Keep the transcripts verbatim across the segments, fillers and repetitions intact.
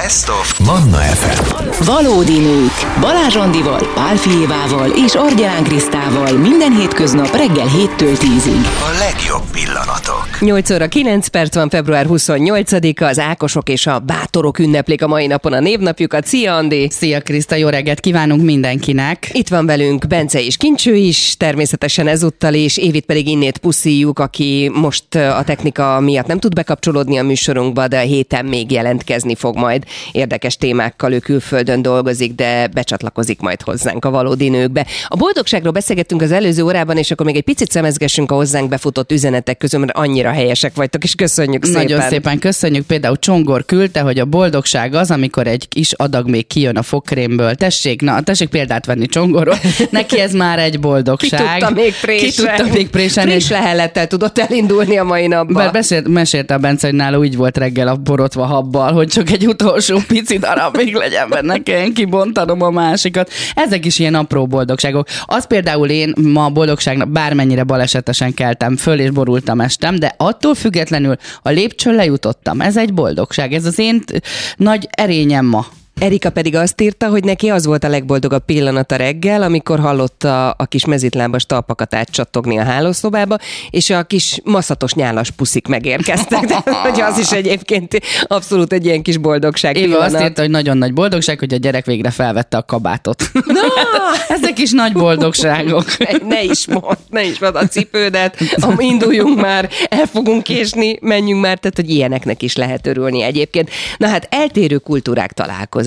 Best of Manna ef em. Valódi nők. Balázs Andival, Pál Fijévával és Argyán Krisztával minden hétköznap reggel héttől tízig. A legjobb pillanatok. nyolc óra kilenc perc van, február huszonnyolcadika, az Ákosok és a Bátorok ünneplik a mai napon a névnapjukat. Szia, Andi! Szia, Kriszta, jó reggelt kívánunk mindenkinek! Itt van velünk Bence és Kincső is, természetesen ezúttal is, Évit pedig innét puszíjuk, aki most a technika miatt nem tud bekapcsolódni a műsorunkba, de a héten még jelentkezni fog majd érdekes témákkal. Ő külföldön dolgozik, de becsatlakozik majd hozzánk a valódi nőkbe. A boldogságról beszélgettünk az előző órában, és akkor még egy picit szemezgessünk a hozzánk befutott üzenetek közül, mert annyira helyesek vagytok, és köszönjük szépen. Nagyon szépen köszönjük. Például Csongor küldte, hogy a boldogság az, amikor egy kis adag még kijön a fogkrémből. Tessék, na, tessék példát venni Csongorról. Neki ez már egy boldogság. Ki tudta még préselni. Ki tudta még préselni. Friss lehelettel tudott elindulni a mai napban. Beszélt, mesélte a Bence, hogy nála úgy volt reggel a borotva habbal, hogy csak egy utolsó pici darab még legyen benne, kelljen kibontanom a másikat. Ezek is ilyen apró boldogságok. Az például én ma a boldogságnak bármennyire balesetesen keltem föl, és borultam estem, de attól függetlenül a lépcsőn lejutottam. Ez egy boldogság. Ez az én nagy erényem ma. Erika pedig azt írta, hogy neki az volt a legboldogabb pillanata reggel, amikor hallotta a kis mezitlábas talpakat átcsattogni a hálószobába, és a kis maszatos nyálas puszik megérkeztek. De hogy az is egyébként abszolút egy ilyen kis boldogság Éva pillanat. azt írta, hogy nagyon nagy boldogság, hogy a gyerek végre felvette a kabátot. Na! Ezek is nagy boldogságok. Ne is mondd, ne is mondd a cipődet, induljunk már, el fogunk késni, menjünk már, tehát hogy ilyeneknek is lehet örülni egyébként. Na hát eltérő kultúrák találkoznak.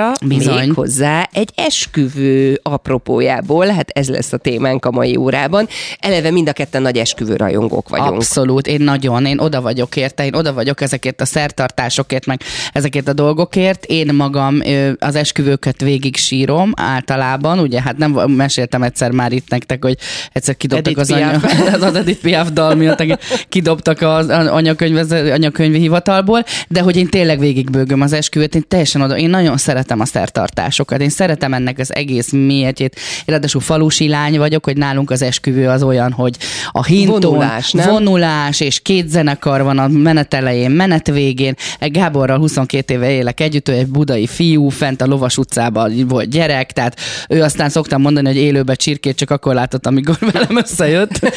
Még hozzá egy esküvő apropójából, hát ez lesz a témánk a mai órában. Eleve mind a ketten nagy esküvő rajongók vagyunk. Abszolút, én nagyon, én oda vagyok érte, én oda vagyok ezekért a szertartásokért, meg ezekért a dolgokért. Én magam az esküvőket végig sírom általában, ugye hát nem meséltem egyszer már itt nektek, hogy egyszer kidobtak az, anya, az Edith Piaf dal miatt, kidobtak az anyakönyv, anyakönyvi hivatalból, de hogy én tényleg végigbőgöm az esküvőt, én teljesen oda, én nagyon szeretem a szertartásokat, én szeretem ennek az egész mélyetjét. Én ráadásul falusi lány vagyok, hogy nálunk az esküvő az olyan, hogy a hinton vonulás, nem? vonulás, és két zenekar van a menet elején, menet végén. Gáborral huszonkét éve élek együtt, ő egy budai fiú, fent a Lovas utcában volt gyerek, tehát ő aztán szoktam mondani, hogy élőbe csirkét csak akkor látott, amikor velem összejött.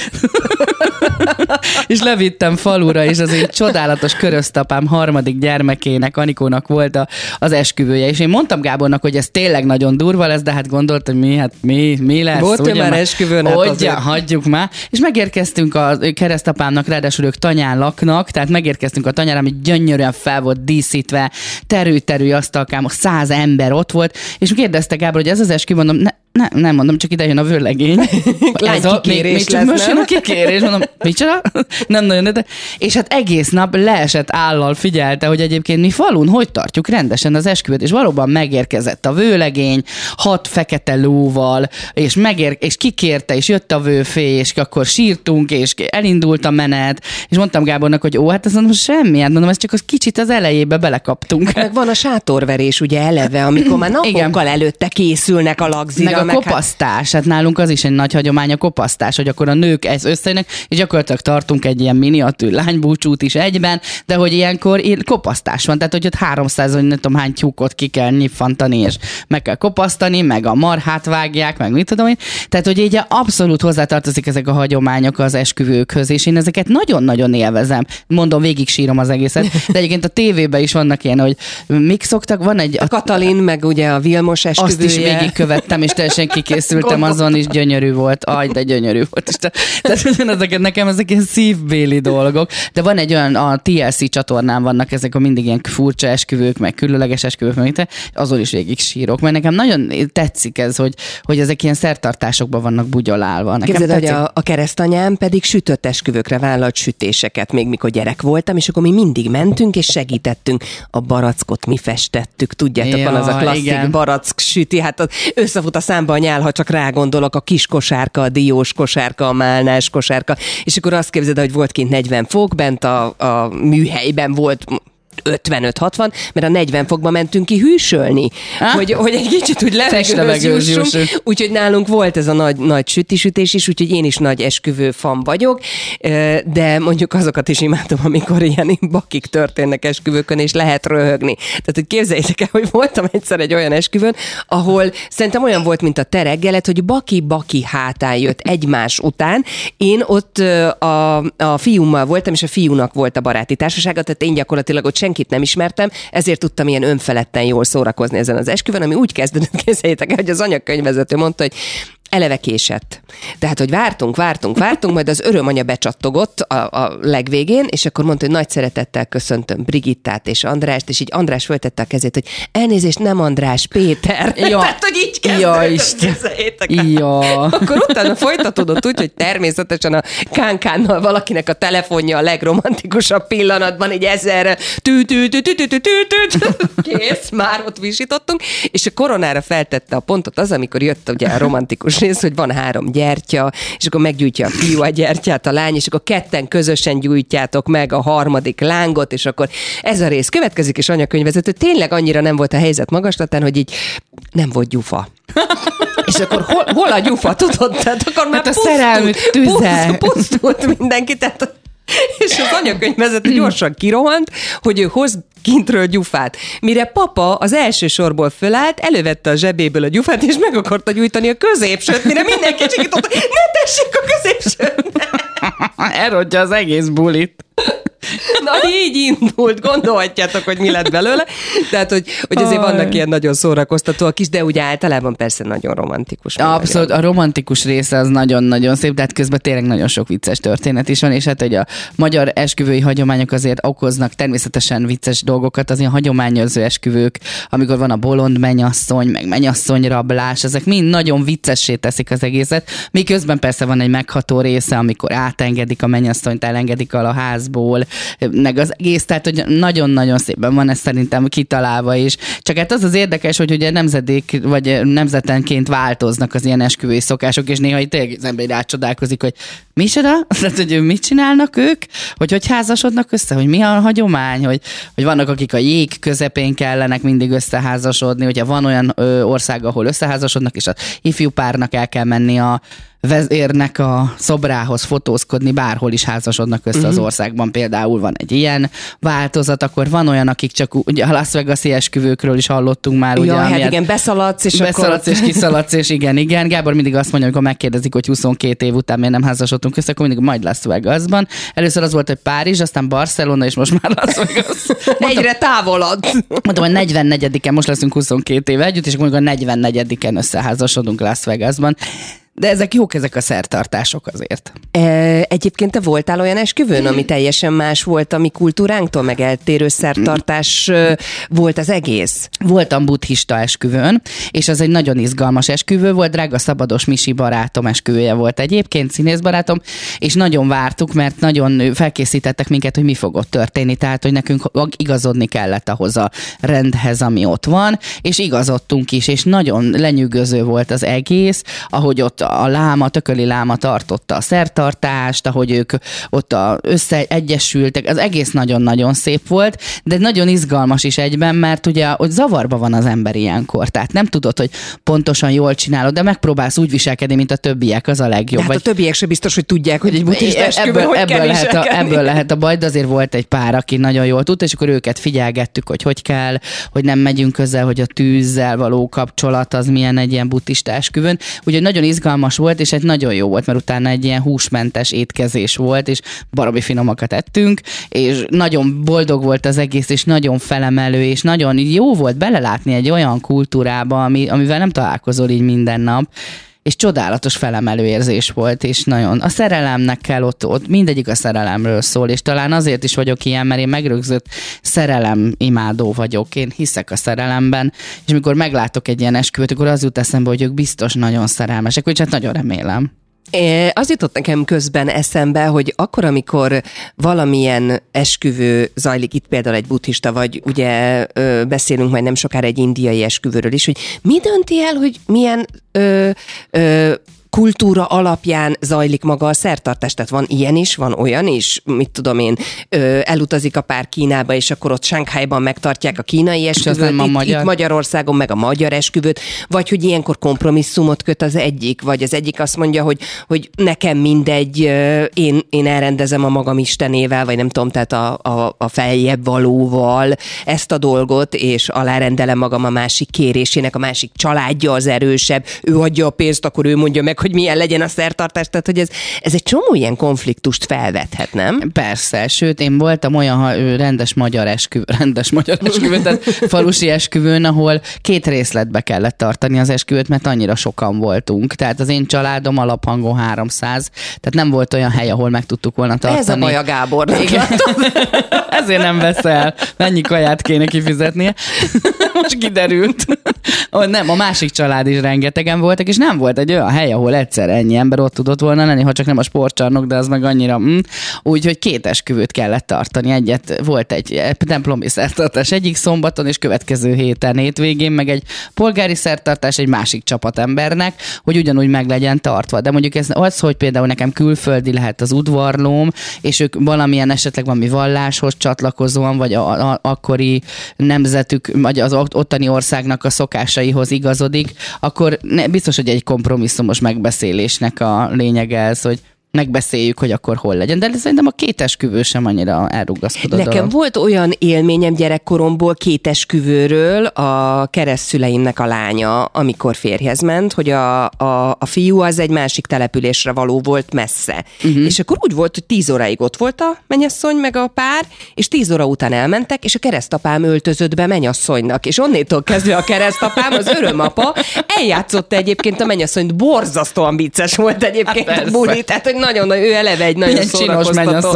És levittem falura, és az egy csodálatos köröztapám harmadik gyermekének, Anikónak volt a, az esküvője. És én mondtam Gábornak, hogy ez tényleg nagyon durva lesz, de hát gondoltam, hogy mi, hát mi, mi lesz. Volt ő már esküvőn? Hogyan, hagyjuk már. És megérkeztünk a keresztapámnak, ráadásul ők tanyán laknak, tehát megérkeztünk a tanyára, ami gyönyörűen fel volt díszítve, terű-terű asztalkámok, száz ember ott volt, és kérdezte Gábor, hogy ez az esküvő, mondom, ne, Ne, nem mondom, csak ide jön a vőlegény. Lány kikérés még, még lesz, most nem? jön a kikérés, mondom, micsoda? Nem nagyon, de... És hát egész nap leesett állal figyelte, hogy egyébként mi falun hogy tartjuk rendesen az esküvőt, és valóban megérkezett a vőlegény, hat fekete lóval, és, megér... és kikérte, és jött a vőfé, és akkor sírtunk, és elindult a menet, és mondtam Gábornak, hogy ó, hát ez mondom, semmi, hát mondom, ez csak az kicsit az elejébe belekaptunk. Meg van a sátorverés ugye eleve, amikor már napokkal igen. előtte készülnek a lagzira. Meg a kopasztás, hát nálunk az is egy nagy hagyomány a kopasztás, hogy akkor a nők ez összejönnek, és gyakorlatilag tartunk egy ilyen miniatűr lánybúcsút is egyben, de hogy ilyenkor kopasztás van, tehát hogy ott háromszáz, vagy nem tudom hány tyúkot ki kell nyiffantani, és meg kell kopasztani, meg a marhát vágják, meg mit tudom én. Tehát, hogy így abszolút hozzátartozik ezek a hagyományok az esküvőkhöz, és én ezeket nagyon-nagyon élvezem. Mondom, végig sírom az egészet, de egyébként a tévében is vannak ilyen, hogy mik szoktak, van egy... A, a Katalin, meg ugye a Vilmos esküvője. Azt is végigkövettem, és teljesen kikészültem azon, is gyönyörű volt. Aj, de gyönyörű volt. Tehát ezeket nekem ezek ilyen szívbéli dolgok. De van egy olyan, a té el cé csatornán vannak ezek a mindig ilyen furcsa esküvők, meg különleges esküvők, meg te, azon is végig sírok. Mert nekem nagyon tetszik ez, hogy, hogy ezek ilyen szertartásokban vannak bugyolálva. Képzeld, hogy a, a keresztanyám pedig sütött esküvőkre vállalt sütéseket, még mikor gyerek voltam, és akkor mi mindig mentünk, és segítettünk. A barackot mi festettük. Tudjátok, ja, van az a klasszik igen. barack süti, hát az összefut a számba a nyál, ha csak rágondolok, a kis kosárka, a diós kosárka, a málnás kosárka, és akkor azt képzeld, hogy volt kint negyven fok, bent a, a műhelyben volt ötvenöt hatvan, mert a negyven fokba mentünk ki hűsölni, hogy, hogy egy kicsit úgy levegőhöz jussunk. Úgyhogy nálunk volt ez a nagy, nagy sütisütés is, úgyhogy én is nagy esküvő fan vagyok, de mondjuk azokat is imádom, amikor ilyen bakik történnek esküvőkön, és lehet röhögni. Tehát, hogy képzeljétek el, hogy voltam egyszer egy olyan esküvőn, ahol szerintem olyan volt, mint a te reggelet, hogy baki-baki hátán jött egymás után. Én ott a, a fiúmmal voltam, és a fiúnak volt a baráti társasága, tehát én gyakorlatilag ott senkit nem ismertem, ezért tudtam ilyen önfeledten jól szórakozni ezen az esküvőn, ami úgy kezdődött, képzeljétek el, hogy az anyakönyvvezető mondta, hogy eleve késett. Tehát, hogy vártunk, vártunk, vártunk, majd az örömanya becsattogott a, a legvégén, és akkor mondta, hogy nagy szeretettel köszöntöm Brigittát és Andrást, és így András föltette a kezét, hogy elnézést, nem András, Péter. Ja. Tehát, hogy így kezdődött, képzeljétek el. Ja. Akkor utána folytatódott úgy, hogy természetesen a kánkánál valakinek a telefonja a legromantikusabb pillanatban, így ezerre tű tű tű tű tű tű tű kész, már ott visítottunk, és a koronára feltette a pontot az, amikor jött ugye a romantikus rész, hogy van három gyertya, és akkor meggyújtja a fiú a gyertyát, a lány, és akkor ketten közösen gyújtjátok meg a harmadik lángot, és akkor ez a rész következik, és anyakönyvvezető tényleg annyira nem volt a helyzet magaslatán, hogy így nem volt gyufa. És akkor hol, hol a gyufa, tudod? Tehát akkor már hát a szerelmük tüze. Pusztult mindenki, tehát és az anyakönyvvezető gyorsan kirohant, hogy ő hoz kintről gyufát. Mire papa az első sorból fölállt, elővette a zsebéből a gyufát, és meg akarta gyújtani a középsőt, mire mindenki csikította, ne tessék a középsőt! Elrodja az egész bulit. Na így indult, gondolhatjátok, hogy mi lett belőle. Tehát, hogy, hogy azért vannak ilyen nagyon szórakoztatóak is, de ugye általában persze nagyon romantikus. Abszolút, nagyon. A romantikus része az nagyon-nagyon szép, de hát közben tényleg nagyon sok vicces történet is van, és hát, hogy a magyar esküvői hagyományok azért okoznak természetesen vicces dolgokat, az ilyen hagyományozó esküvők, amikor van a bolond mennyasszony, meg mennyasszonyrablás, ezek mind nagyon viccessé teszik az egészet, miközben persze van egy megható része, amikor átengedik a mennyasszonyt, elengedik el a házból, meg az egész, tehát hogy nagyon-nagyon szépen van ez szerintem kitalálva is. Csak hát az az érdekes, hogy ugye nemzedék, vagy nemzetenként változnak az ilyen esküvői szokások, és néha itt az ember rácsodálkozik, hogy mi is oda? Tehát, hogy mit csinálnak ők? Hogy hogy házasodnak össze? Hogy mi a hagyomány? Hogy, hogy vannak, akik a jég közepén kellenek mindig összeházasodni, hogyha van olyan ö, ország, ahol összeházasodnak, és az ifjú párnak el kell menni a vezérnek a szobrához fotózkodni, bárhol is házasodnak össze uh-huh. az országban. Például van egy ilyen változat, akkor van olyan, akik csak ugye a Las Vegas-i esküvőkről is hallottunk már. Ja, ugye, hát igen, beszaladsz, és beszaladsz akkor... és kiszaladsz, és igen, igen. Gábor mindig azt mondja, amikor megkérdezik, hogy huszonkettő év után miért nem házasodtunk össze, akkor mindig majd Las Vegasban. Először az volt, hogy Párizs, aztán Barcelona, és most már Las Vegas. Egyre távolod. Mondtam, hogy negyvennegyediken, most leszünk huszonkettő éve együtt, és akkor a negyvennegyediken összeházasodunk Las Vegasban. De ezek jók, ezek a szertartások azért. E, egyébként te voltál olyan esküvőn, ami teljesen más volt a mi kultúránktól, meg eltérő szertartás volt az egész? Voltam buddhista esküvőn, és az egy nagyon izgalmas esküvő volt, drága Szabados Misi barátom esküvője volt egyébként, színészbarátom, és nagyon vártuk, mert nagyon felkészítettek minket, hogy mi fog ott történni, tehát, hogy nekünk igazodni kellett ahhoz a rendhez, ami ott van, és igazodtunk is, és nagyon lenyűgöző volt az egész, ahogy ott a láma, tököli láma tartotta a szertartást, ahogy ők ott a összeegyesültek, az egész nagyon-nagyon szép volt, de nagyon izgalmas is egyben, mert ugye ott zavarba van az ember ilyenkor, tehát nem tudod, hogy pontosan jól csinálod, de megpróbálsz úgy viselkedni, mint a többiek, az a legjobb. Hát vagy... a többiek sem biztos, hogy tudják, hogy egy buddhista esküvőn hogy ebből kell lehet a, ebből lehet a baj, de azért volt egy pár, aki nagyon jól tudta, és akkor őket figyelgettük, hogy hogy kell, hogy nem megyünk közel, hogy a tűzzel való kapcsolat az milyen egy ilyen buddhista esküvőn. Úgyhogy nagyon izgalmas volt, és egy nagyon jó volt, mert utána egy ilyen húsmentes étkezés volt, és baromi finomakat ettünk, és nagyon boldog volt az egész, és nagyon felemelő, és nagyon jó volt belelátni egy olyan kultúrába, ami, amivel nem találkozol így minden nap, és csodálatos felemelő érzés volt, és nagyon a szerelemnek kell ott, ott mindegyik a szerelemről szól, és talán azért is vagyok ilyen, mert én megrögzött szerelem imádó vagyok, én hiszek a szerelemben, és mikor meglátok egy ilyen esküvőt, akkor az jut eszembe, hogy ők biztos nagyon szerelmesek, úgyhogy hát nagyon remélem. É, az jutott nekem közben eszembe, hogy akkor, amikor valamilyen esküvő zajlik, itt például egy buddhista, vagy ugye ö, beszélünk majd nem sokára egy indiai esküvőről is, hogy mi dönti el, hogy milyen ö, ö, kultúra alapján zajlik maga a szertartás, tehát van ilyen is, van olyan is, mit tudom én, ö, elutazik a pár Kínába, és akkor ott Shanghaiban megtartják a kínai esküvőt, itt, magyar. itt Magyarországon meg a magyar esküvőt, vagy hogy ilyenkor kompromisszumot köt az egyik, vagy az egyik azt mondja, hogy, hogy nekem mindegy, én, én elrendezem a magam istenével, vagy nem tudom, tehát a, a, a feljebb valóval ezt a dolgot, és alárendelem magam a másik kérésének, a másik családja az erősebb, ő adja a pénzt, akkor ő mondja meg, hogy milyen legyen a szertartás, tehát hogy ez, ez egy csomó ilyen konfliktust felvethet, nem? Persze, sőt, én voltam olyan ha, rendes magyar esküvő, rendes magyar esküvő, tehát falusi esküvőn, ahol két részletbe kellett tartani az esküvőt, mert annyira sokan voltunk. Tehát az én családom alaphangon háromszáz, tehát nem volt olyan hely, ahol meg tudtuk volna tartani. Ez a baj a Gábornak. Ezért nem vesz el. Mennyi kaját kéne kifizetnie. Most kiderült. Oh, nem, a másik család is rengetegen voltak, és nem volt egy olyan hely, ahol egyszer ennyi ember ott tudott volna lenni, ha csak nem a sportcsarnok, de az meg annyira... Mm. Úgyhogy két esküvőt kellett tartani. Egyet volt egy templomi szertartás egyik szombaton, és következő héten, hétvégén, meg egy polgári szertartás egy másik csapatembernek, hogy ugyanúgy meg legyen tartva. De mondjuk ez az, hogy például nekem külföldi lehet az udvarlóm, és ők valamilyen esetleg valami valláshoz csatlakozóan, vagy a, a, akkori nemzetük, vagy az ottani országnak a szokásaihoz igazodik, akkor ne, biztos, hogy egy kompromisszumos megbeszélésnek a lényege ez, hogy megbeszéljük, hogy akkor hol legyen. De szerintem a két esküvő sem annyira elrugaszkodott. Nekem dolog. Volt olyan élményem gyerekkoromból két esküvőről, a keresztszüleimnek a lánya, amikor férjhez ment, hogy a, a, a fiú az egy másik településre való volt messze. Uh-huh. És akkor úgy volt, hogy tíz óráig ott volt a mennyasszony meg a pár, és tíz óra után elmentek, és a keresztapám öltözött be mennyasszonynak. És onnétól kezdve a keresztapám, az örömapa, eljátszotta egyébként a mennyasszonyt, borzasztóan vicces volt egyébként a buli, tehát hogy nagyon, ő eleve egy nagyon milyen szórakoztató,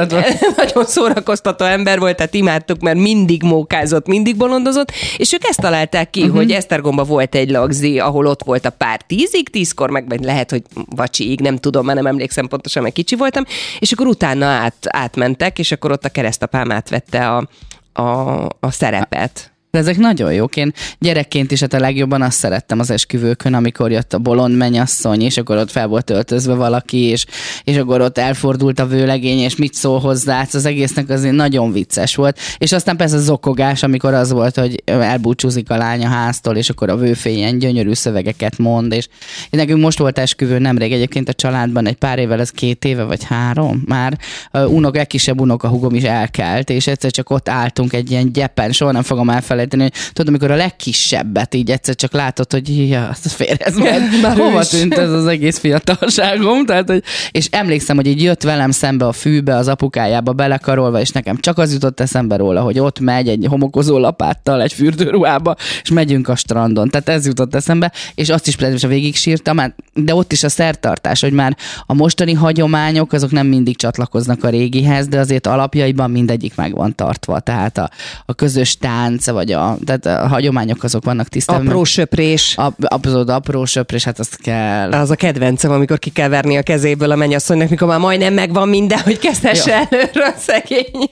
nagyon szórakoztató ember volt, tehát imádtuk, mert mindig mókázott, mindig bolondozott, és ők ezt találták ki, uh-huh. hogy Esztergomba volt egy lagzi, ahol ott volt a pár tízig, tízkor meg, meg lehet, hogy vacsiig, nem tudom, már nem emlékszem pontosan, mert kicsi voltam, és akkor utána át, átmentek, és akkor ott a keresztapám átvette a, a, a szerepet. De ezek nagyon jók. Én gyerekként is hát a legjobban azt szerettem az esküvőkön, amikor jött a bolond mennyasszony, és akkor ott fel volt öltözve valaki, és, és akkor ott elfordult a vőlegény, és mit szól hozzá, az egésznek azért nagyon vicces volt. És aztán persze a zokogás, amikor az volt, hogy elbúcsúzik a lány a háztól, és akkor a vőfé ilyen gyönyörű szövegeket mond, és nekünk most volt esküvő nemrég egyébként a családban, egy pár évvel, ez két éve vagy három már, unok, legkisebb unokahúgom is elkelt, és egyszer csak ott álltunk egy ilyen gyepen, soha nem fogom elfelejteni, hogy tudod, amikor a legkisebbet így egyszer csak látod, hogy ja, ez férhez már hova tűnt ez az egész fiatalságom, tehát, hogy, és emlékszem, hogy így jött velem szembe a fűbe, az apukájába belekarolva, és nekem csak az jutott eszembe róla, hogy ott megy egy homokozó lapáttal egy fürdőruhába, és megyünk a strandon. Tehát ez jutott eszembe, és azt is például végig sírtam, de ott is a szertartás, hogy már a mostani hagyományok, azok nem mindig csatlakoznak a régihez, de azért alapjaiban mindegyik meg van tartva. Tehát a, a közös tánc, vagy a, tehát a hagyományok azok vannak tisztelve. Apró söprés. Abszolút apró söprés, hát azt kell. Az a kedvencem, amikor ki kell verni a kezéből a mennyasszonynak, mikor már majdnem megvan minden, hogy kezdhesse ja. előről szegény.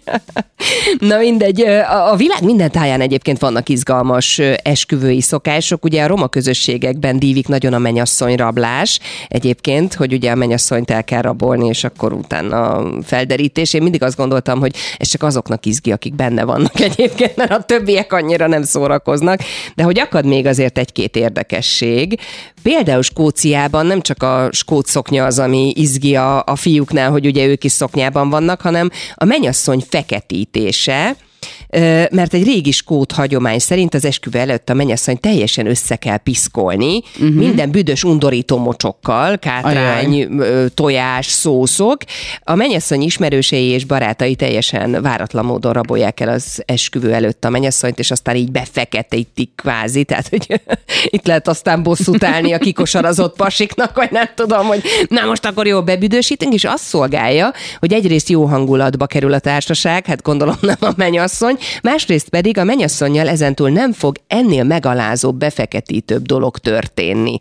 Na mindegy, a, a világ minden táján egyébként vannak izgalmas esküvői szokások. Ugye a roma közösségekben dívik nagyon a mennyasszony rablás egyébként, hogy ugye a mennyasszonyt el kell rabolni, és akkor utána felderítés. Én mindig azt gondoltam, hogy ez csak azoknak izgi, akik benne vannak egyébként, mert a többiek annyira nem szórakoznak, de hogy akad még azért egy-két érdekesség. Például Skóciában nem csak a skót szoknya az, ami izgi a, a fiúknál, hogy ugye ők is szoknyában vannak, hanem a mennyasszony feketítése, mert egy régi skót hagyomány szerint az esküvő előtt a mennyasszony teljesen össze kell piszkolni, uh-huh. minden büdös undorító mocsokkal, kátrány, Ajaj. tojás, szószok. A mennyasszony ismerősei és barátai teljesen váratlan módon rabolják el az esküvő előtt a mennyasszonyt, és aztán így befeketítik kvázi, tehát hogy itt lehet aztán bosszút állni a kikosarazott pasiknak, vagy nem tudom, hogy na most akkor jól bebüdösítünk, és azt szolgálja, hogy egyrészt jó hangulatba kerül a társaság, hát gondolom nem a mennyasszony, másrészt pedig a mennyasszonnyal ezentúl nem fog ennél megalázóbb, befeketítőbb dolog történni.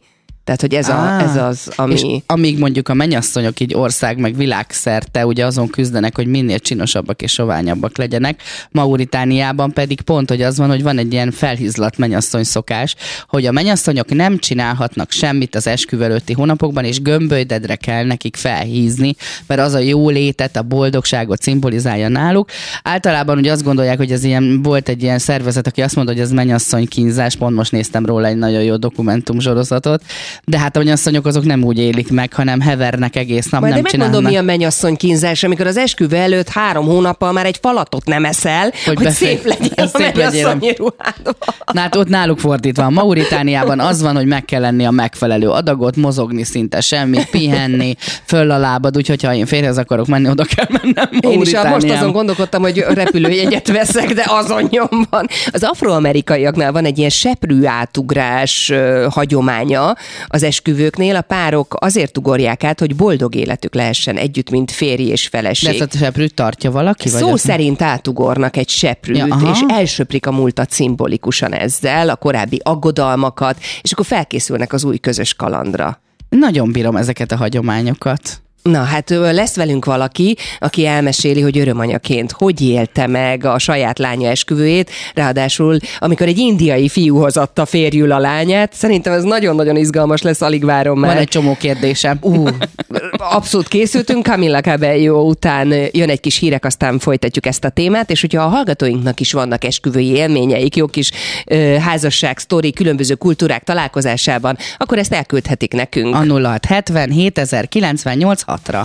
Tehát, hogy ez, a, ez az, ami... És amíg mondjuk a mennyasszonyok így ország meg világszerte ugye azon küzdenek, hogy minél csinosabbak és soványabbak legyenek, Mauritániában pedig pont, hogy az van, hogy van egy ilyen felhizladt mennyasszony szokás, hogy a mennyasszonyok nem csinálhatnak semmit az esküvő előtti hónapokban, és gömbölydedre kell nekik felhízni, mert az a jó létet, a boldogságot szimbolizálja náluk. Általában ugye azt gondolják, hogy ez ilyen, volt egy ilyen szervezet, aki azt mondta, hogy ez mennyasszony kínzás, pont most néztem róla egy nagyon jó dokumentumsorozatot, de hát a mennyasszonyok azok nem úgy élik meg, hanem hevernek egész nap, majd nem én csinálnak. megmondom, mi a mennyasszony kínzás, amikor az esküvő előtt három hónappal már egy falatot nem eszel, hogy, hogy befél, szép legyen a mennyasszonyi ruhádban. Na hát ott náluk fordítva. Mauritániában az van, hogy meg kell lenni a megfelelő adagot, mozogni szinte semmit, pihenni, föl a lábad, úgyhogy ha én férjhez akarok menni, oda kell mennem Én is most azon gondolkodtam, hogy repülőjegyet veszek, de azon nyomban. Az afroamerikaiaknál van egy ilyen seprű átugrás uh, hagyománya az esküvőknél. A párok azért ugorják át, hogy boldog életük lehessen együtt, mint férj és feleség. De ezt a seprűt tartja valaki? Szó vagy szerint átugornak egy seprűt, ja, és elsöprik a múltat szimbolikusan ezzel, a korábbi aggodalmakat, és akkor felkészülnek az új közös kalandra. Nagyon bírom ezeket a hagyományokat. Na hát lesz velünk valaki, aki elmeséli, hogy örömanyaként hogy élte meg a saját lánya esküvőjét, ráadásul amikor egy indiai fiúhoz adta férjül a lányát. Szerintem ez nagyon-nagyon izgalmas lesz, alig várom már. Van egy csomó kérdésem. Uh, abszolút készültünk, Camila Cabello után jön egy kis hírek, aztán folytatjuk ezt a témát, és hogyha a hallgatóinknak is vannak esküvői élményeik, jó kis uh, házasság, sztori, különböző kultúrák találkozásában, akkor ezt elküldhetik nekünk. A nulla hat hetven hétezer kilencvennyolc hatra.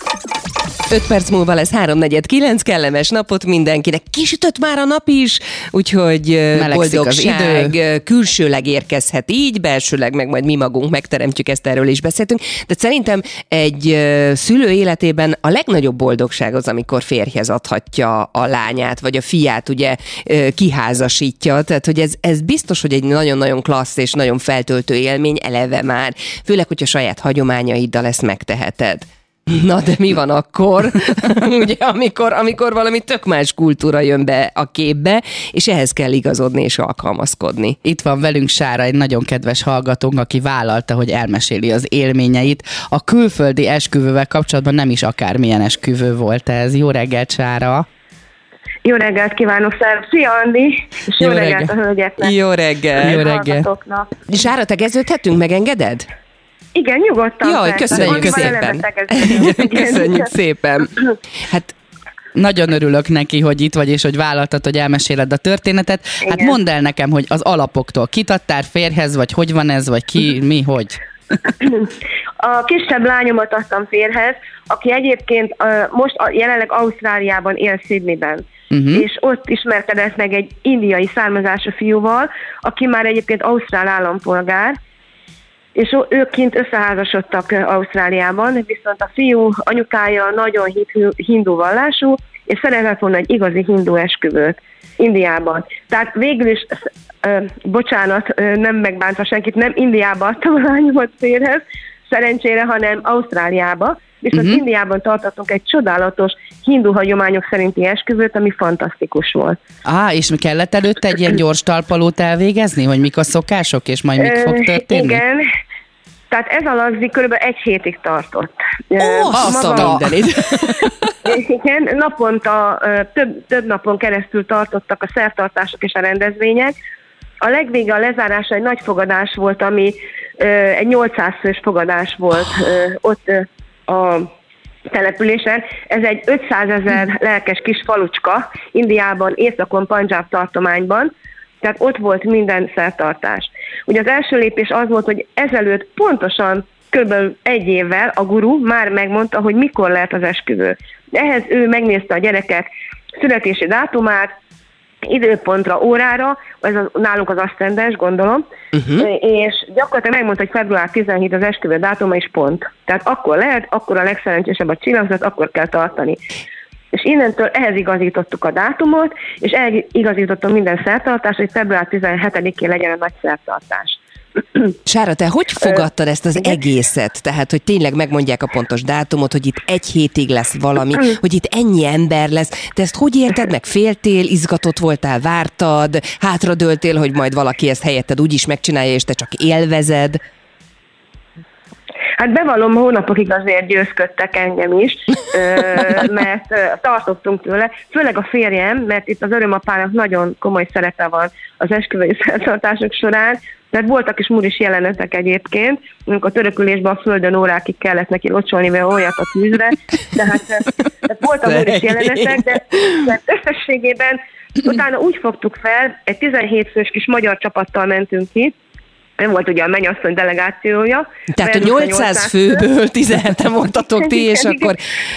öt perc múlva lesz háromnegyed kilenc, kellemes napot mindenkinek. Kisütött már a nap is, úgyhogy melegszik boldogság az idő. Külsőleg érkezhet így, belsőleg meg majd mi magunk megteremtjük, ezt erről is beszéltünk. De szerintem egy szülő életében a legnagyobb boldogság az, amikor férjhez adhatja a lányát, vagy a fiát ugye kiházasítja. Tehát, hogy ez, ez biztos, hogy egy nagyon-nagyon klassz és nagyon feltöltő élmény eleve már. Főleg, hogyha saját hagyományaiddal ezt megteheted. Na, de mi van akkor, ugye, amikor, amikor valami tök más kultúra jön be a képbe, és ehhez kell igazodni és alkalmazkodni. Itt van velünk Sára, egy nagyon kedves hallgatónk, aki vállalta, hogy elmeséli az élményeit. A külföldi esküvővel kapcsolatban nem is akármilyen esküvő volt ez. Jó reggelt, Sára! Jó reggelt kívánok, szerv! Szia, Andi! És jó, jó reggelt, reggelt a hölgyeknek! Jó reggelt! Jó reggelt! Sára, tegeződhetünk? Megengeded? Igen, nyugodtan. Jaj, köszönjük szépen. Köszönjük szépen. Hát nagyon örülök neki, hogy itt vagy, és hogy vállaltad, hogy elmeséled a történetet. Igen. Hát mondd el nekem, hogy az alapoktól kit adtál férjhez, vagy hogy van ez, vagy ki, mi, hogy? A kisebb lányomat adtam férjhez, aki egyébként most jelenleg Ausztráliában él, Sydneyben. Uh-huh. És ott ismerkedett meg egy indiai származású fiúval, aki már egyébként ausztrál állampolgár, és ők kint összeházasodtak Ausztráliában, viszont a fiú anyukája nagyon hindu vallású, és szeretett volna egy igazi hindu esküvőt Indiában. Tehát végül is, uh, bocsánat, uh, nem megbántva senkit, nem Indiába adtam a lányomat férjhez, szerencsére, hanem Ausztráliába, viszont uh-huh. Indiában tartottunk egy csodálatos hindu hagyományok szerinti esküvőt, ami fantasztikus volt. Á, és mi kellett előtte egy ilyen gyors talpalót elvégezni, hogy mik a szokások, és majd mik fog történni? Igen, tehát ez alatt körülbelül egy hétig tartott. Ó, azt a mindenit! Igen, naponta, több, több napon keresztül tartottak a szertartások és a rendezvények. A legvége, a lezárása egy nagy fogadás volt, ami egy nyolcszáz fős fogadás volt ott a településen. Ez egy ötszázezer lelkes kis falucska Indiában, Északon, Pandzsáb tartományban, tehát ott volt minden szertartás. Ugye az első lépés az volt, hogy ezelőtt pontosan kb. Egy évvel a guru már megmondta, hogy mikor lehet az esküvő. Ehhez ő megnézte a gyerekek születési dátumát, időpontra, órára, ez az, nálunk az aszcendens, gondolom, uh-huh. és gyakorlatilag megmondta, hogy február tizenhetedike az esküvő dátuma, és pont. Tehát akkor lehet, akkor a legszerencsésebb a csillagzat, akkor kell tartani. És innentől ehhez igazítottuk a dátumot, és igazítottunk minden szertartást, hogy február tizenhetedikén legyen a nagy szertartás. Sára, te hogy fogadtad ezt az egészet? Tehát, hogy tényleg megmondják a pontos dátumot, hogy itt egy hétig lesz valami, hogy itt ennyi ember lesz. Te ezt hogy érted meg? Féltél, izgatott voltál, vártad, hátradőltél, hogy majd valaki ezt helyetted úgyis megcsinálja, és te csak élvezed? Hát bevallom, hónapokig azért győzködtek engem is, mert tartottunk tőle, főleg a férjem, mert itt az örömapának nagyon komoly szerepe van az esküvői szertartások során, mert voltak is muris jelenetek egyébként, amikor a törökülésben a földön órákig kellett neki locsolni, mert olyat a tűzre, de hát tehát voltak muris jelenetek, de, de összességében utána úgy fogtuk fel, egy tizenhét fős kis magyar csapattal mentünk ki, nem volt ugye a mennyasszony delegációja. Tehát a nyolcszáz főből tizenheten voltatok ti, és akkor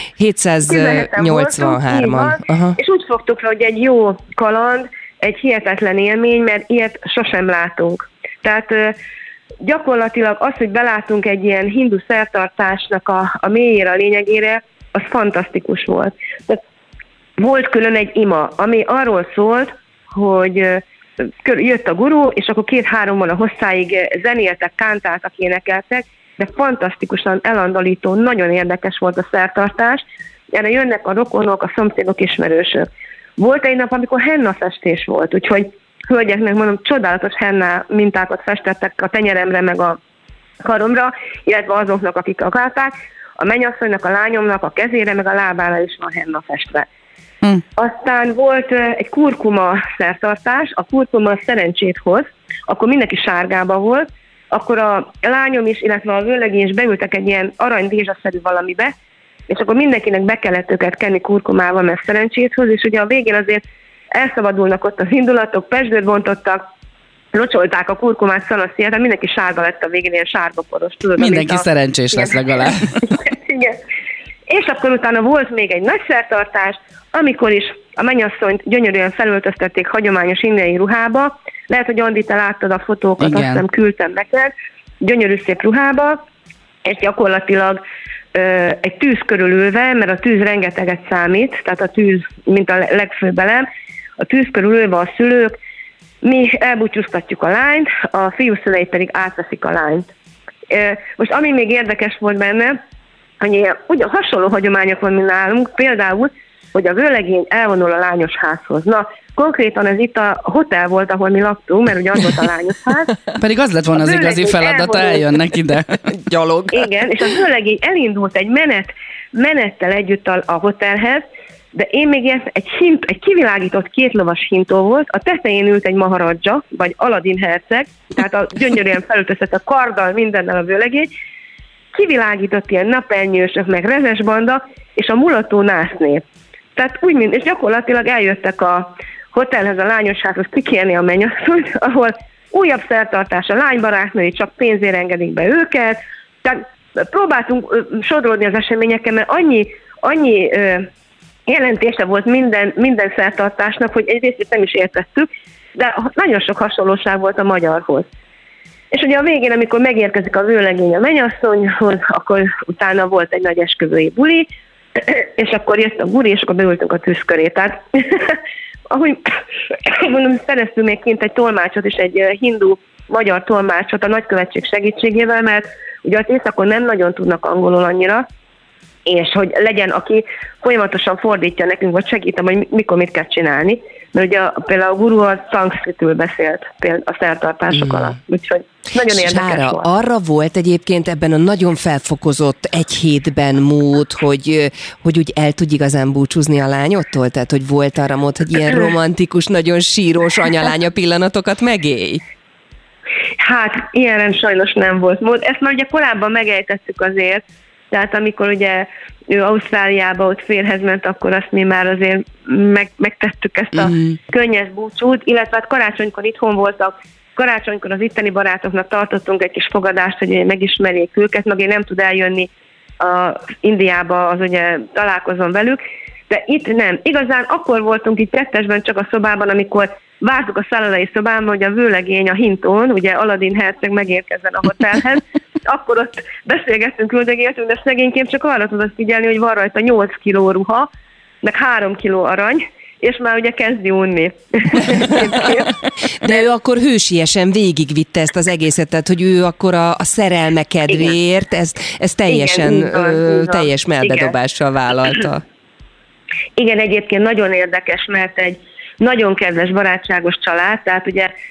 hétszáznyolcvanhárman. És úgy fogtuk fel, hogy egy jó kaland, egy hihetetlen élmény, mert ilyet sosem látunk. Tehát gyakorlatilag az, hogy belátunk egy ilyen hindu szertartásnak a, a mélyére, a lényegére, az fantasztikus volt. Tehát volt külön egy ima, ami arról szólt, hogy jött a guru, és akkor két-három óra hosszáig zenéltek, kántáltak, énekeltek, de fantasztikusan elandalító, nagyon érdekes volt a szertartás. Erre jönnek a rokonok, a szomszédok, ismerősök. Volt egy nap, amikor henna festés volt, úgyhogy hölgyeknek mondom, csodálatos henna mintákat festettek a tenyeremre, meg a karomra, illetve azoknak, akik akarták. A mennyasszonynak, a lányomnak a kezére, meg a lábára is van henna festve. Hmm. Aztán volt egy kurkuma szertartás, a kurkuma szerencsét hoz, akkor mindenki sárgába volt, akkor a lányom is, illetve a vőlegény is beültek egy ilyen aranydézsaszerű valamibe, és akkor mindenkinek be kellett őket kenni kurkumával, mert szerencsét hoz, és ugye a végén azért elszabadulnak ott az indulatok, pezsgőt bontottak, locsolták a kurkumát, szanaszíját, tehát mindenki sárga lett a végén, ilyen sárga poros. Tudod, mindenki a... szerencsés lesz legalább. Igen. És akkor utána volt még egy nagy szertartás, amikor is a mennyasszonyt gyönyörűen felöltöztették hagyományos indiai ruhába. Lehet, hogy Andi, te láttad a fotókat, igen, azt hiszem küldtem neked. Gyönyörű szép ruhába, és gyakorlatilag ö, egy tűz körül ülve, mert a tűz rengeteget számít, tehát a tűz, mint a legfőbb elem, a tűz körül ülve a szülők, mi elbúcsúztatjuk a lányt, a fiú szülei pedig átveszik a lányt. Ö, most ami még érdekes volt benne, hogy ugye hasonló hagyományok van, mint nálunk, például, hogy a vőlegény elvonul a lányos házhoz. Na, konkrétan ez itt a hotel volt, ahol mi laktunk, mert ugye az volt a lányos ház. Pedig az lett volna az igazi feladata, eljönnek ide. Gyalog. Igen, és a vőlegény elindult egy menet, menettel együtt a, a hotelhez, de én még ilyen, egy, hint, egy kivilágított kétlovas hintó volt, a tetején ült egy maharadzsa, vagy Aladin herceg, tehát a gyönyörűen felöltözött a karddal, mindennel a vőlegény, kivilágított ilyen napernyősök, meg rezes banda, és a mulató násznép. Tehát úgy, mint, és gyakorlatilag eljöttek a hotelhez, a lányossághoz kikérni a mennyasszonyt, ahol újabb szertartás, a lánybarátnői csak pénzért engedik be őket. Tehát próbáltunk sodródni az eseményeken, mert annyi, annyi ö, jelentése volt minden, minden szertartásnak, hogy egyrészt nem is értettük, de nagyon sok hasonlóság volt a magyarhoz. És ugye a végén, amikor megérkezik a vőlegény a mennyasszonyhoz, akkor utána volt egy nagy esküvői buli, és akkor jött a buli, és akkor beültünk a tűz köré. Tehát, ahogy mondom, szereztünk még kint egy tolmácsot is, egy hindu magyar tolmácsot a nagykövetség segítségével, mert ugye az északon nem nagyon tudnak angolul annyira, és hogy legyen, aki folyamatosan fordítja nekünk, vagy segítem, hogy mikor mit kell csinálni. Mert ugye a, például a guru az szanszkritül beszélt a szertartások mm. alatt. Úgyhogy nagyon érdekes Sára, volt. Arra volt egyébként ebben a nagyon felfokozott egy hétben mód, hogy, hogy úgy el tud igazán búcsúzni a lányottól? Tehát, hogy volt arra mód, hogy ilyen romantikus, nagyon sírós anyalánya pillanatokat megélj? Hát, ilyenre sajnos nem volt mód. Ezt már ugye korábban megejtettük azért, tehát amikor ugye ő Ausztráliába ott férhez ment, akkor azt mi már azért meg, megtettük ezt a mm. könnyes búcsút, illetve hát karácsonykor itthon voltak, karácsonykor az itteni barátoknak tartottunk egy kis fogadást, hogy megismerjék őket, meg én nem tud eljönni a Indiába, az ugye találkozom velük, de itt nem. Igazán akkor voltunk itt kettesben csak a szobában, amikor vártuk a szállodai szobában, hogy a vőlegény a hintón, ugye Aladin herceg megérkezzen a hotelhez, akkor ott beszélgettünk, üldögéltünk, de szegényként csak arra tudod figyelni, hogy van rajta nyolc kiló ruha, meg három kiló arany, és már ugye kezdi unni. De ő akkor hősiesen végigvitte ezt az egészet, tehát hogy ő akkor a, a szerelme kedvéért ezt, ezt teljesen igen, van, ö, teljes mellbedobással vállalta. Igen, egyébként nagyon érdekes, mert egy nagyon kedves, barátságos család, tehát ugye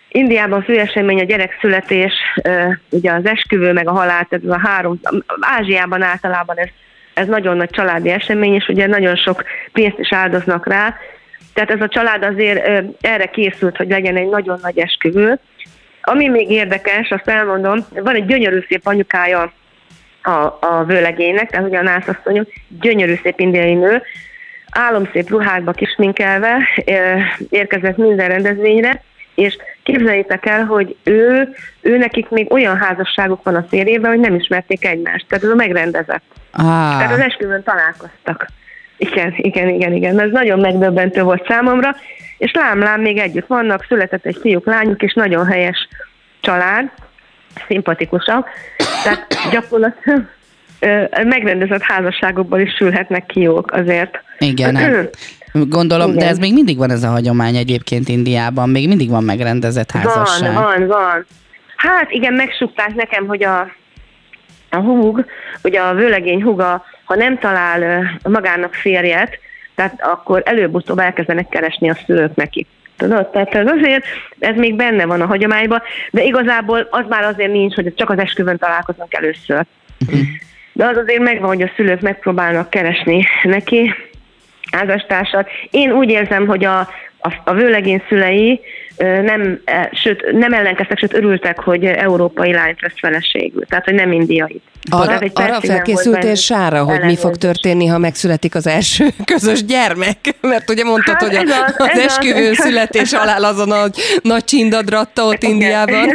Indiában fő esemény a gyerekszületés, ugye az esküvő, meg a halál, ez a három, Ázsiában általában ez, ez nagyon nagy családi esemény, és ugye nagyon sok pénzt is áldoznak rá. Tehát ez a család azért erre készült, hogy legyen egy nagyon nagy esküvő. Ami még érdekes, azt elmondom, van egy gyönyörű szép anyukája a, a vőlegénynek, tehát ugye a nászasszonyok, gyönyörű szép indiai nő, álomszép ruhákba kisminkelve érkezett minden rendezvényre, és képzeljétek el, hogy ő, ő nekik még olyan házasságuk van a férjében, hogy nem ismerték egymást. Tehát ez a megrendezett. Ah. Tehát az esküvőn találkoztak. Igen, igen, igen, igen. Ez nagyon megdöbbentő volt számomra, és lám-lám még együtt vannak, született egy fiúk, lányuk, és nagyon helyes család, szimpatikusak. Tehát gyakorlatilag megrendezett házasságokból is sülhetnek ki jók azért. Igen, hát gondolom, igen. De ez még mindig van ez a hagyomány egyébként Indiában, még mindig van megrendezett házasság. Van, van, van. Hát igen, megsukták nekem, hogy a, a húg, ugye a vőlegény húga, ha nem talál magának férjet, tehát akkor előbb-utóbb elkezdenek keresni a szülők neki. Tudod? Tehát ez azért, ez még benne van a hagyományban, de igazából az már azért nincs, hogy csak az esküvőn találkoznak először. Uh-huh. De az azért megvan, hogy a szülők megpróbálnak keresni neki házastársat. Én úgy érzem, hogy a, a, a vőlegény szülei nem, sőt, nem ellenkeztek, sőt örültek, hogy európai lányt vesz feleségül. Tehát, hogy nem indiai. Arra, arra felkészültél, Sára, hogy mi fog történni, ha megszületik az első közös gyermek? Mert ugye mondtad, hát hogy a, az, az esküvő az, születés alá azon a nagy csindadratta ott igen. Indiában.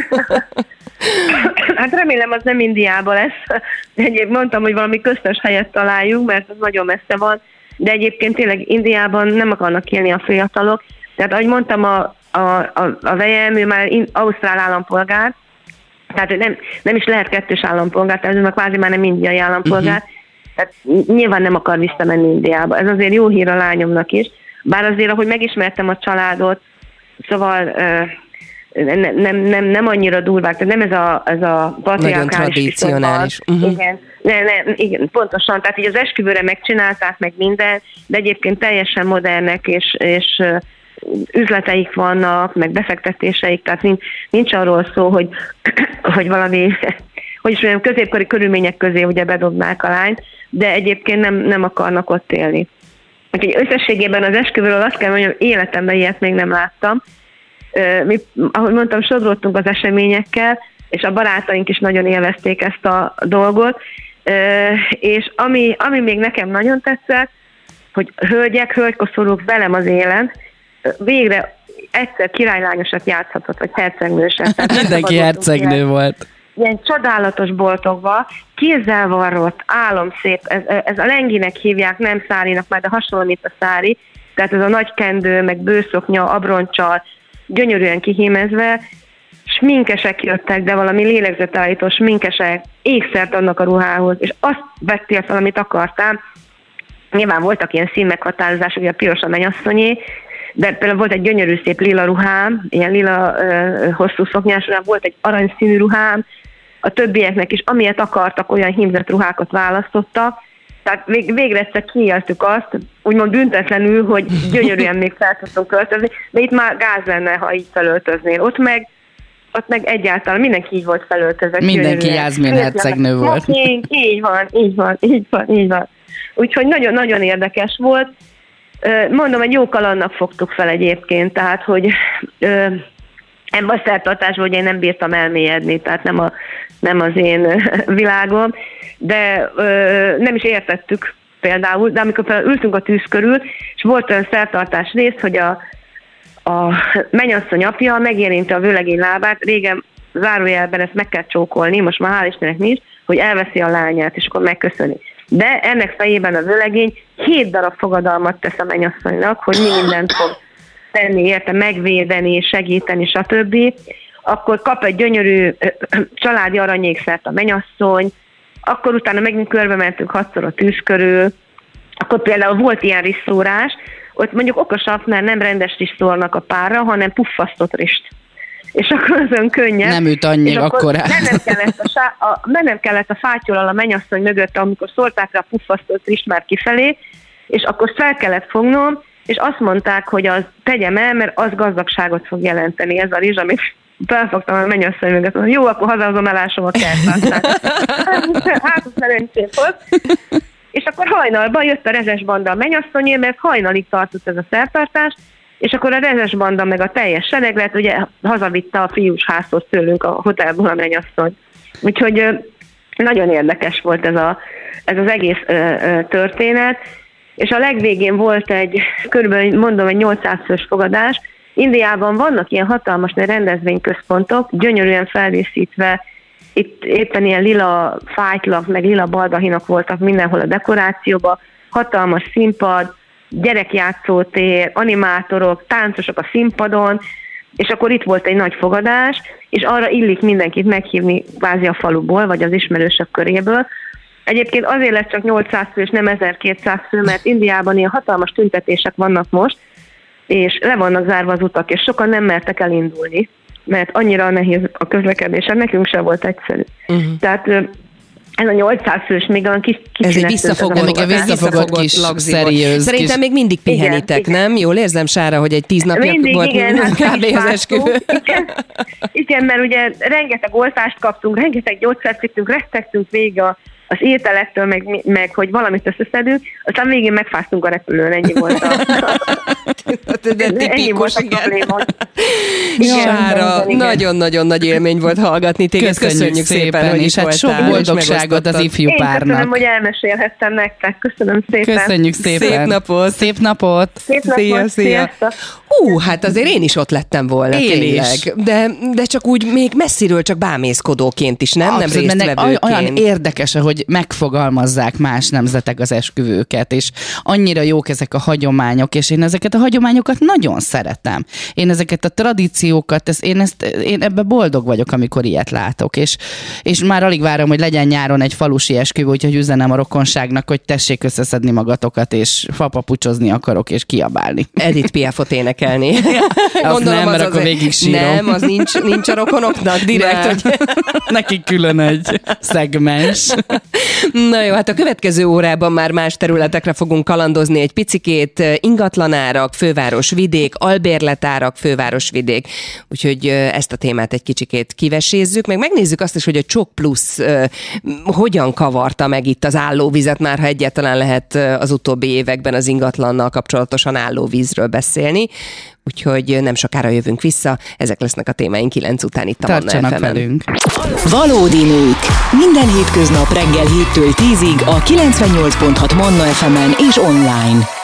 Hát remélem, az nem Indiában lesz. Egyébként mondtam, hogy valami köztes helyet találjunk, mert az nagyon messze van, de egyébként tényleg Indiában nem akarnak élni a fiatalok. Tehát ahogy mondtam, a, a, a, a vejem, ő már in, ausztrál állampolgár, tehát nem, nem is lehet kettős állampolgár, tehát ő már kvázi már nem indiai állampolgár, uh-huh. Tehát nyilván nem akar visszamenni Indiába. Ez azért jó hír a lányomnak is, bár azért, ahogy megismertem a családot, szóval... Uh, Nem, nem, nem, nem annyira durvák, tehát nem ez a, ez a patriarkális. Nagyon tradicionális. Uh-huh. Igen, nem, nem, igen, pontosan. Tehát így az esküvőre megcsinálták meg minden, de egyébként teljesen modernek, és, és üzleteik vannak, meg befektetéseik, tehát nincs, nincs arról szó, hogy, hogy valami, hogy is mondjam, középkori körülmények közé ugye bedobnák a lányt, de egyébként nem, nem akarnak ott élni. Úgyhogy összességében az esküvőről azt kell mondjam, hogy életemben ilyet még nem láttam. Mi, ahogy mondtam, sodródtunk az eseményekkel, és a barátaink is nagyon élvezték ezt a dolgot, és ami, ami még nekem nagyon tetszett, hogy hölgyek, hölgykoszorúk velem az élen, végre egyszer királylányosat játszhatott, vagy hercegnőset. Mindenki hercegnő volt. Ilyen csodálatos boltokban, kézzel varrott, álomszép, ez, ez a lenginek hívják, nem szárinak, már de hasonlít a szári, tehát ez a nagy kendő, meg bőszoknya, abroncsal, gyönyörűen kihímezve, sminkesek jöttek, de valami lélegzetállító sminkesek, ékszert annak a ruhához, és azt vettél fel, amit akartál. Nyilván voltak ilyen színmeghatározások, ugye a piros a mennyasszonyé, de például volt egy gyönyörű szép lila ruhám, ilyen lila ö, hosszú szoknyás ruhám, volt egy aranyszínű ruhám, a többieknek is, amilyet akartak, olyan hímzett ruhákat választottak. Tehát vég, végre egyszer kijeltük azt, úgymond büntetlenül, hogy gyönyörűen még fel tudtunk költözni, de itt már gáz lenne, ha így felöltöznél. Ott meg, ott meg egyáltalán mindenki így volt felöltözve. Mindenki Jászmin hercegnő volt. Így, így van, így van, így van, így van. Úgyhogy nagyon-nagyon érdekes volt. Mondom, egy jó kalandnak fogtuk fel egyébként, tehát, hogy ebben a szertartásban, hogy én nem bírtam elmélyedni, tehát nem, a, nem az én világom, de ö, nem is értettük például, de amikor ültünk a tűz körül, és volt olyan szertartás rész, hogy a, a mennyasszony apja megérinti a vőlegény lábát, régen zárójelben ezt meg kell csókolni, most már hál' Istennek nincs, hogy elveszi a lányát, és akkor megköszöni. De ennek fejében a vőlegény hét darab fogadalmat tesz a mennyasszonynak, hogy mi mindent fog tenni érte, megvédeni, segíteni, stb. Akkor kap egy gyönyörű családi aranyékszert a mennyasszony, akkor utána megint körbe mentünk hatszor a tűz körül, akkor például volt ilyen risszórás, ott mondjuk okosabb, mert nem rendes rizst szórnak a párra, hanem puffasztott rizst. És akkor azon könnyebb. Nem üt annyi akkor át. Mennem kellett a, sá- a, mennem kellett a fátyollal a mennyasszony mögött, amikor szórták rá a puffasztott rizst már kifelé, és akkor fel kellett fognom, és azt mondták, hogy az tegyem el, mert az gazdagságot fog jelenteni, ez a rizs, amit felfogtam a mennyasszony mögött, mondom, jó, akkor hazahozom, elásom a kertát. Hát, az szerencsém volt. És akkor hajnalban jött a rezes banda a mennyasszonyé, mert hajnalig tartott ez a szertartás, és akkor a rezes banda meg a teljes sereglet, ugye hazavitte a fiús házhoz tőlünk a hotelból a mennyasszony. Úgyhogy nagyon érdekes volt ez, a, ez az egész ö, ö, történet, és a legvégén volt egy, körülbelül mondom, egy nyolcszáz fős fogadás. Indiában vannak ilyen hatalmas rendezvényközpontok, gyönyörűen feldíszítve, itt éppen ilyen lila fájtlak, meg lila baldahinok voltak mindenhol a dekorációban, hatalmas színpad, gyerekjátszótér, animátorok, táncosok a színpadon, és akkor itt volt egy nagy fogadás, és arra illik mindenkit meghívni kvázi a faluból, vagy az ismerősök köréből. Egyébként azért lesz csak nyolcszáz fő, és nem ezerkétszáz fő, mert Indiában ilyen hatalmas tüntetések vannak most, és le vannak zárva az utak, és sokan nem mertek elindulni, mert annyira nehéz a közlekedés, nekünk sem volt egyszerű. Uh-huh. Tehát ez a nyolcszáz fős, még olyan kis ez egy visszafogott, még a visszafogott kis szeriőz. Szerintem még mindig pihenitek, igen, nem? Jól érzem, Sára, hogy egy tíz napja mindig, volt igen, hát kb. Az esküvő. Igen, igen, mert ugye rengeteg oltást kaptunk, rengeteg gyógyszert vittünk, rettegtünk végig a az ételektől, meg, meg hogy valamit összeszedünk, aztán végén megfáztunk a repülőn, ennyi volt a, de ennyi volt a probléma. Sára, nagyon-nagyon nagy élmény volt hallgatni téged. Köszönjük, Köszönjük szépen, hogy és hát sok boldogságot az ifjú párnak. Én köszönöm, hogy elmesélhettem nektek. Köszönöm szépen. Köszönjük szépen. Szép napot. Szép napot. Szép napot. Szia, szia. Hú, hát azért én is ott lettem volna, én tényleg. Is. De, de csak úgy még messziről csak bámészkodóként is, nem? Abszolút, nem résztvevőként. Olyan érdekes, hogy megfogalmazzák más nemzetek az esküvőket, és annyira jók ezek a hagyományok, és én ezeket a hagyományokat nagyon szeretem. Én ezeket a tradíciókat, ez, én, ezt, én ebbe boldog vagyok, amikor ilyet látok, és, és már alig várom, hogy legyen nyáron egy falusi esküvő, úgyhogy üzenem a rokonságnak, hogy tessék összeszedni magatokat, és fapapucsozni akarok, és kiabálni. Edith Piafot énekelni. Azt nem, mert akkor végig sírom. Nem, az nincs, nincs a rokonoknak direkt, hogy neki külön egy szegmens. Na jó, hát a következő órában már más területekre fogunk kalandozni egy picikét. Ingatlanárak, főváros-vidék, albérletárak, főváros-vidék. Úgyhogy ezt a témát egy kicsikét kivesézzük, meg megnézzük azt is, hogy a Csok Plusz uh, hogyan kavarta meg itt az állóvizet, már ha egyáltalán lehet az utóbbi években az ingatlannal kapcsolatosan állóvízről beszélni. Úgyhogy nem sokára jövünk vissza. Ezek lesznek a témáink kilenc után itt a Tartsanak velünk. Valódi nők. Minden hétköznap reggel héttől tízig a kilencvennyolc pont hat Manna ef emen és online.